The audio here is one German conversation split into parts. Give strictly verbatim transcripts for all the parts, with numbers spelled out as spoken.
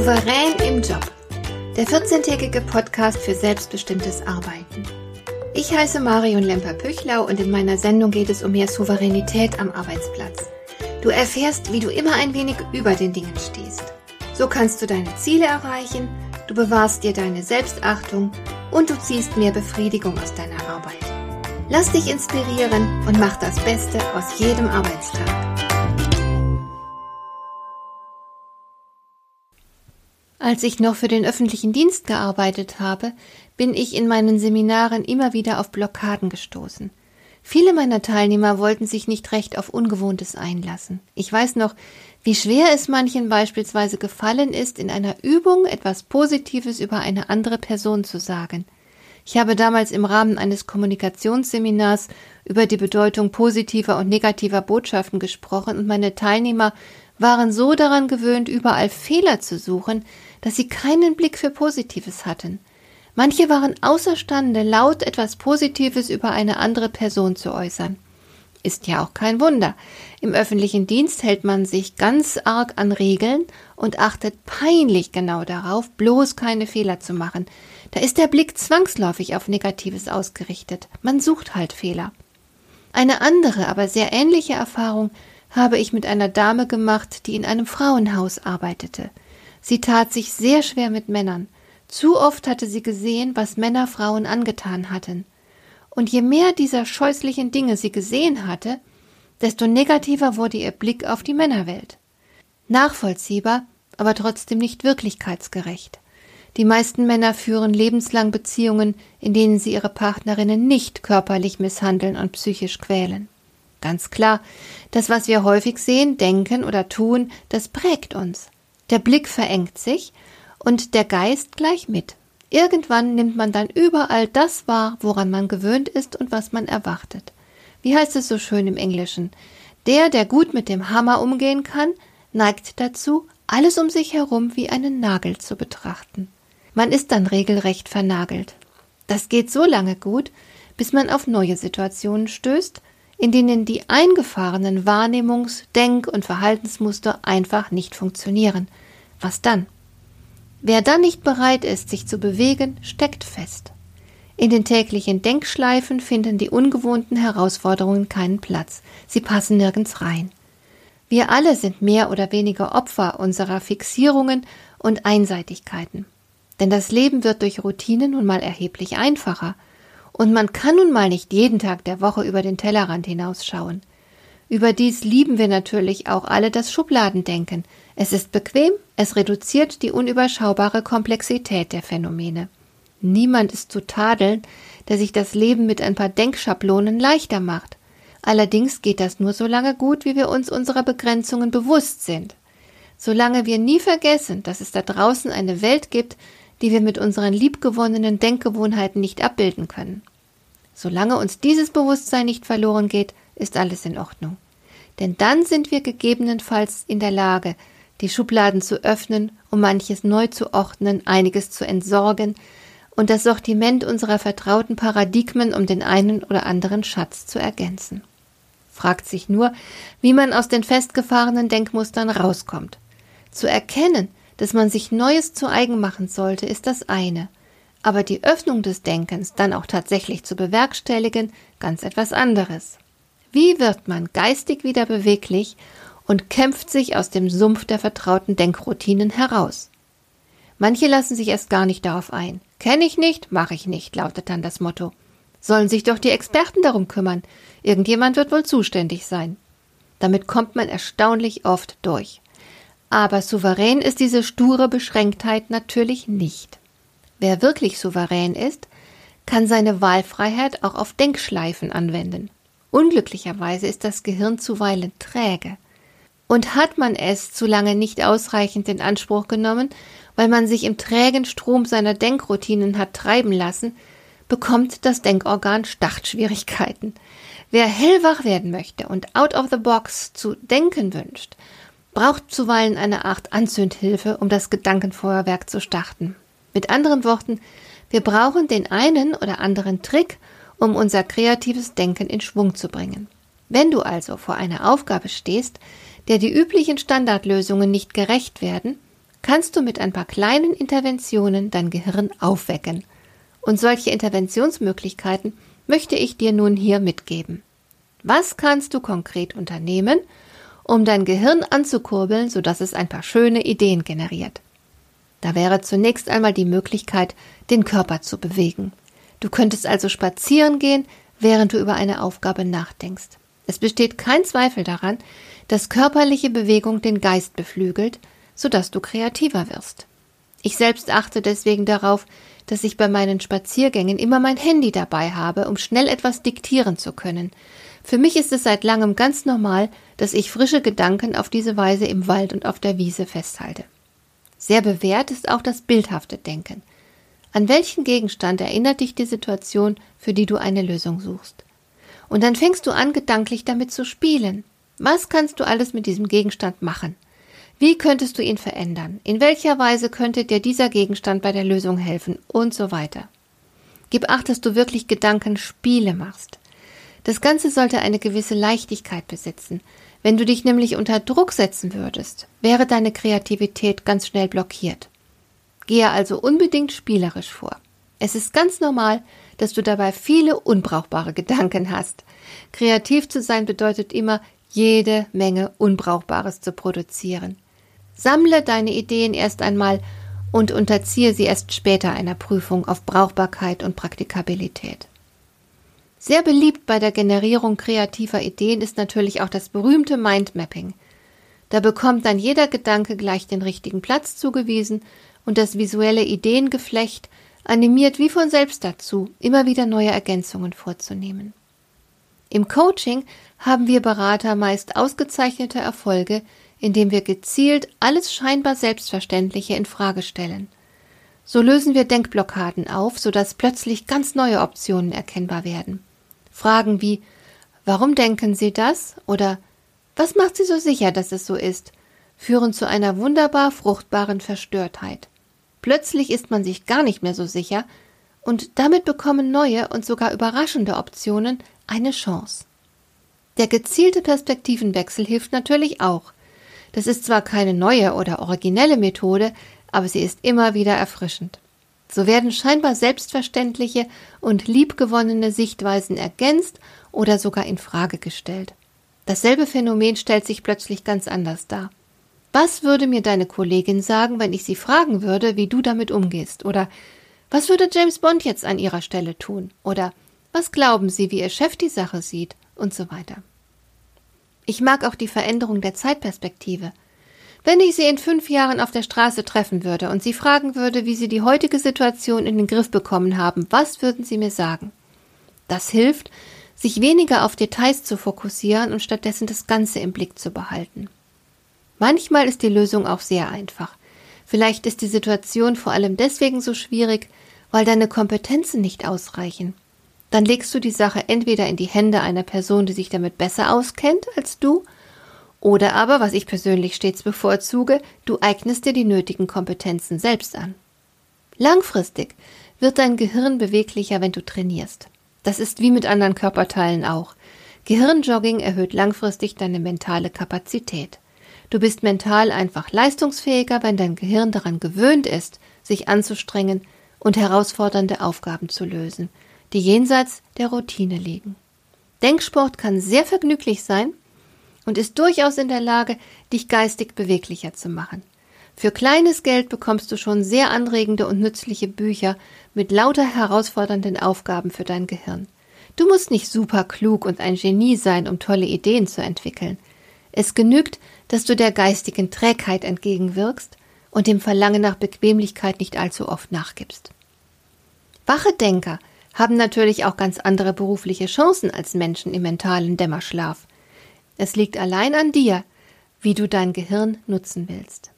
Souverän im Job. Der vierzehntägige Podcast für selbstbestimmtes Arbeiten. Ich heiße Marion Lemper-Püchlau und in meiner Sendung geht es um mehr Souveränität am Arbeitsplatz. Du erfährst, wie du immer ein wenig über den Dingen stehst. So kannst du deine Ziele erreichen, du bewahrst dir deine Selbstachtung und du ziehst mehr Befriedigung aus deiner Arbeit. Lass dich inspirieren und mach das Beste aus jedem Arbeitstag. Als ich noch für den öffentlichen Dienst gearbeitet habe, bin ich in meinen Seminaren immer wieder auf Blockaden gestoßen. Viele meiner Teilnehmer wollten sich nicht recht auf Ungewohntes einlassen. Ich weiß noch, wie schwer es manchen beispielsweise gefallen ist, in einer Übung etwas Positives über eine andere Person zu sagen. Ich habe damals im Rahmen eines Kommunikationsseminars über die Bedeutung positiver und negativer Botschaften gesprochen und meine Teilnehmer waren so daran gewöhnt, überall Fehler zu suchen, dass sie keinen Blick für Positives hatten. Manche waren außerstande, laut etwas Positives über eine andere Person zu äußern. Ist ja auch kein Wunder. Im öffentlichen Dienst hält man sich ganz arg an Regeln und achtet peinlich genau darauf, bloß keine Fehler zu machen. Da ist der Blick zwangsläufig auf Negatives ausgerichtet. Man sucht halt Fehler. Eine andere, aber sehr ähnliche Erfahrung habe ich mit einer Dame gemacht, die in einem Frauenhaus arbeitete. Sie tat sich sehr schwer mit Männern. Zu oft hatte sie gesehen, was Männer Frauen angetan hatten. Und je mehr dieser scheußlichen Dinge sie gesehen hatte, desto negativer wurde ihr Blick auf die Männerwelt. Nachvollziehbar, aber trotzdem nicht wirklichkeitsgerecht. Die meisten Männer führen lebenslang Beziehungen, in denen sie ihre Partnerinnen nicht körperlich misshandeln und psychisch quälen. Ganz klar, das, was wir häufig sehen, denken oder tun, das prägt uns. Der Blick verengt sich und der Geist gleich mit. Irgendwann nimmt man dann überall das wahr, woran man gewöhnt ist und was man erwartet. Wie heißt es so schön im Englischen? Der, der gut mit dem Hammer umgehen kann, neigt dazu, alles um sich herum wie einen Nagel zu betrachten. Man ist dann regelrecht vernagelt. Das geht so lange gut, bis man auf neue Situationen stößt, in denen die eingefahrenen Wahrnehmungs-, Denk- und Verhaltensmuster einfach nicht funktionieren. Was dann? Wer dann nicht bereit ist, sich zu bewegen, steckt fest. In den täglichen Denkschleifen finden die ungewohnten Herausforderungen keinen Platz. Sie passen nirgends rein. Wir alle sind mehr oder weniger Opfer unserer Fixierungen und Einseitigkeiten. Denn das Leben wird durch Routinen nun mal erheblich einfacher. Und man kann nun mal nicht jeden Tag der Woche über den Tellerrand hinausschauen. Überdies lieben wir natürlich auch alle das Schubladendenken. Es ist bequem, es reduziert die unüberschaubare Komplexität der Phänomene. Niemand ist zu tadeln, der sich das Leben mit ein paar Denkschablonen leichter macht. Allerdings geht das nur so lange gut, wie wir uns unserer Begrenzungen bewusst sind. Solange wir nie vergessen, dass es da draußen eine Welt gibt, die wir mit unseren liebgewonnenen Denkgewohnheiten nicht abbilden können. Solange uns dieses Bewusstsein nicht verloren geht, ist alles in Ordnung. Denn dann sind wir gegebenenfalls in der Lage, die Schubladen zu öffnen, um manches neu zu ordnen, einiges zu entsorgen und das Sortiment unserer vertrauten Paradigmen um den einen oder anderen Schatz zu ergänzen. Fragt sich nur, wie man aus den festgefahrenen Denkmustern rauskommt. Zu erkennen, dass man sich Neues zu eigen machen sollte, ist das eine, aber die Öffnung des Denkens dann auch tatsächlich zu bewerkstelligen, ganz etwas anderes. Wie wird man geistig wieder beweglich und kämpft sich aus dem Sumpf der vertrauten Denkroutinen heraus? Manche lassen sich erst gar nicht darauf ein. Kenne ich nicht, mache ich nicht, lautet dann das Motto. Sollen sich doch die Experten darum kümmern. Irgendjemand wird wohl zuständig sein. Damit kommt man erstaunlich oft durch. Aber souverän ist diese sture Beschränktheit natürlich nicht. Wer wirklich souverän ist, kann seine Wahlfreiheit auch auf Denkschleifen anwenden. Unglücklicherweise ist das Gehirn zuweilen träge. Und hat man es zu lange nicht ausreichend in Anspruch genommen, weil man sich im trägen Strom seiner Denkroutinen hat treiben lassen, bekommt das Denkorgan Startschwierigkeiten. Wer hellwach werden möchte und out of the box zu denken wünscht, braucht zuweilen eine Art Anzündhilfe, um das Gedankenfeuerwerk zu starten. Mit anderen Worten, wir brauchen den einen oder anderen Trick, um unser kreatives Denken in Schwung zu bringen. Wenn du also vor einer Aufgabe stehst, der die üblichen Standardlösungen nicht gerecht werden, kannst du mit ein paar kleinen Interventionen dein Gehirn aufwecken. Und solche Interventionsmöglichkeiten möchte ich dir nun hier mitgeben. Was kannst du konkret unternehmen, um dein Gehirn anzukurbeln, sodass es ein paar schöne Ideen generiert? Da wäre zunächst einmal die Möglichkeit, den Körper zu bewegen. Du könntest also spazieren gehen, während du über eine Aufgabe nachdenkst. Es besteht kein Zweifel daran, dass körperliche Bewegung den Geist beflügelt, sodass du kreativer wirst. Ich selbst achte deswegen darauf, dass ich bei meinen Spaziergängen immer mein Handy dabei habe, um schnell etwas diktieren zu können. Für mich ist es seit langem ganz normal, dass ich frische Gedanken auf diese Weise im Wald und auf der Wiese festhalte. Sehr bewährt ist auch das bildhafte Denken. An welchen Gegenstand erinnert dich die Situation, für die du eine Lösung suchst? Und dann fängst du an, gedanklich damit zu spielen. Was kannst du alles mit diesem Gegenstand machen? Wie könntest du ihn verändern? In welcher Weise könnte dir dieser Gegenstand bei der Lösung helfen? Und so weiter. Gib Acht, dass du wirklich Gedankenspiele machst. Das Ganze sollte eine gewisse Leichtigkeit besitzen. Wenn du dich nämlich unter Druck setzen würdest, wäre deine Kreativität ganz schnell blockiert. Gehe also unbedingt spielerisch vor. Es ist ganz normal, dass du dabei viele unbrauchbare Gedanken hast. Kreativ zu sein bedeutet immer, jede Menge Unbrauchbares zu produzieren. Sammle deine Ideen erst einmal und unterziehe sie erst später einer Prüfung auf Brauchbarkeit und Praktikabilität. Sehr beliebt bei der Generierung kreativer Ideen ist natürlich auch das berühmte Mindmapping. Da bekommt dann jeder Gedanke gleich den richtigen Platz zugewiesen und das visuelle Ideengeflecht animiert wie von selbst dazu, immer wieder neue Ergänzungen vorzunehmen. Im Coaching haben wir Berater meist ausgezeichnete Erfolge, indem wir gezielt alles scheinbar Selbstverständliche in Frage stellen. So lösen wir Denkblockaden auf, sodass plötzlich ganz neue Optionen erkennbar werden. Fragen wie, warum denken Sie das? Oder was macht Sie so sicher, dass es so ist? Führen zu einer wunderbar fruchtbaren Verstörtheit. Plötzlich ist man sich gar nicht mehr so sicher und damit bekommen neue und sogar überraschende Optionen eine Chance. Der gezielte Perspektivenwechsel hilft natürlich auch. Das ist zwar keine neue oder originelle Methode, aber sie ist immer wieder erfrischend. So werden scheinbar selbstverständliche und liebgewonnene Sichtweisen ergänzt oder sogar in Frage gestellt. Dasselbe Phänomen stellt sich plötzlich ganz anders dar. Was würde mir deine Kollegin sagen, wenn ich sie fragen würde, wie du damit umgehst? Oder was würde James Bond jetzt an ihrer Stelle tun? Oder was glauben Sie, wie Ihr Chef die Sache sieht? Und so weiter. Ich mag auch die Veränderung der Zeitperspektive. Wenn ich Sie in fünf Jahren auf der Straße treffen würde und Sie fragen würde, wie Sie die heutige Situation in den Griff bekommen haben, was würden Sie mir sagen? Das hilft, sich weniger auf Details zu fokussieren und stattdessen das Ganze im Blick zu behalten. Manchmal ist die Lösung auch sehr einfach. Vielleicht ist die Situation vor allem deswegen so schwierig, weil deine Kompetenzen nicht ausreichen. Dann legst du die Sache entweder in die Hände einer Person, die sich damit besser auskennt als du, oder aber, was ich persönlich stets bevorzuge, du eignest dir die nötigen Kompetenzen selbst an. Langfristig wird dein Gehirn beweglicher, wenn du trainierst. Das ist wie mit anderen Körperteilen auch. Gehirnjogging erhöht langfristig deine mentale Kapazität. Du bist mental einfach leistungsfähiger, wenn dein Gehirn daran gewöhnt ist, sich anzustrengen und herausfordernde Aufgaben zu lösen, die jenseits der Routine liegen. Denksport kann sehr vergnüglich sein und ist durchaus in der Lage, dich geistig beweglicher zu machen. Für kleines Geld bekommst du schon sehr anregende und nützliche Bücher mit lauter herausfordernden Aufgaben für dein Gehirn. Du musst nicht super klug und ein Genie sein, um tolle Ideen zu entwickeln. Es genügt, dass du der geistigen Trägheit entgegenwirkst und dem Verlangen nach Bequemlichkeit nicht allzu oft nachgibst. Wache Denker haben natürlich auch ganz andere berufliche Chancen als Menschen im mentalen Dämmerschlaf. Es liegt allein an dir, wie du dein Gehirn nutzen willst.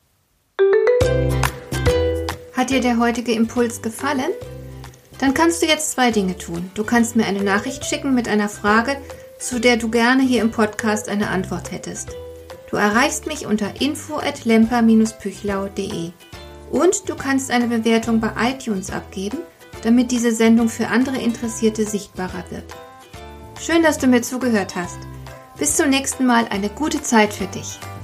Hat dir der heutige Impuls gefallen? Dann kannst du jetzt zwei Dinge tun. Du kannst mir eine Nachricht schicken mit einer Frage, zu der du gerne hier im Podcast eine Antwort hättest. Du erreichst mich unter info at lemper dash püchlau punkt de und du kannst eine Bewertung bei iTunes abgeben, damit diese Sendung für andere Interessierte sichtbarer wird. Schön, dass du mir zugehört hast. Bis zum nächsten Mal, eine gute Zeit für dich.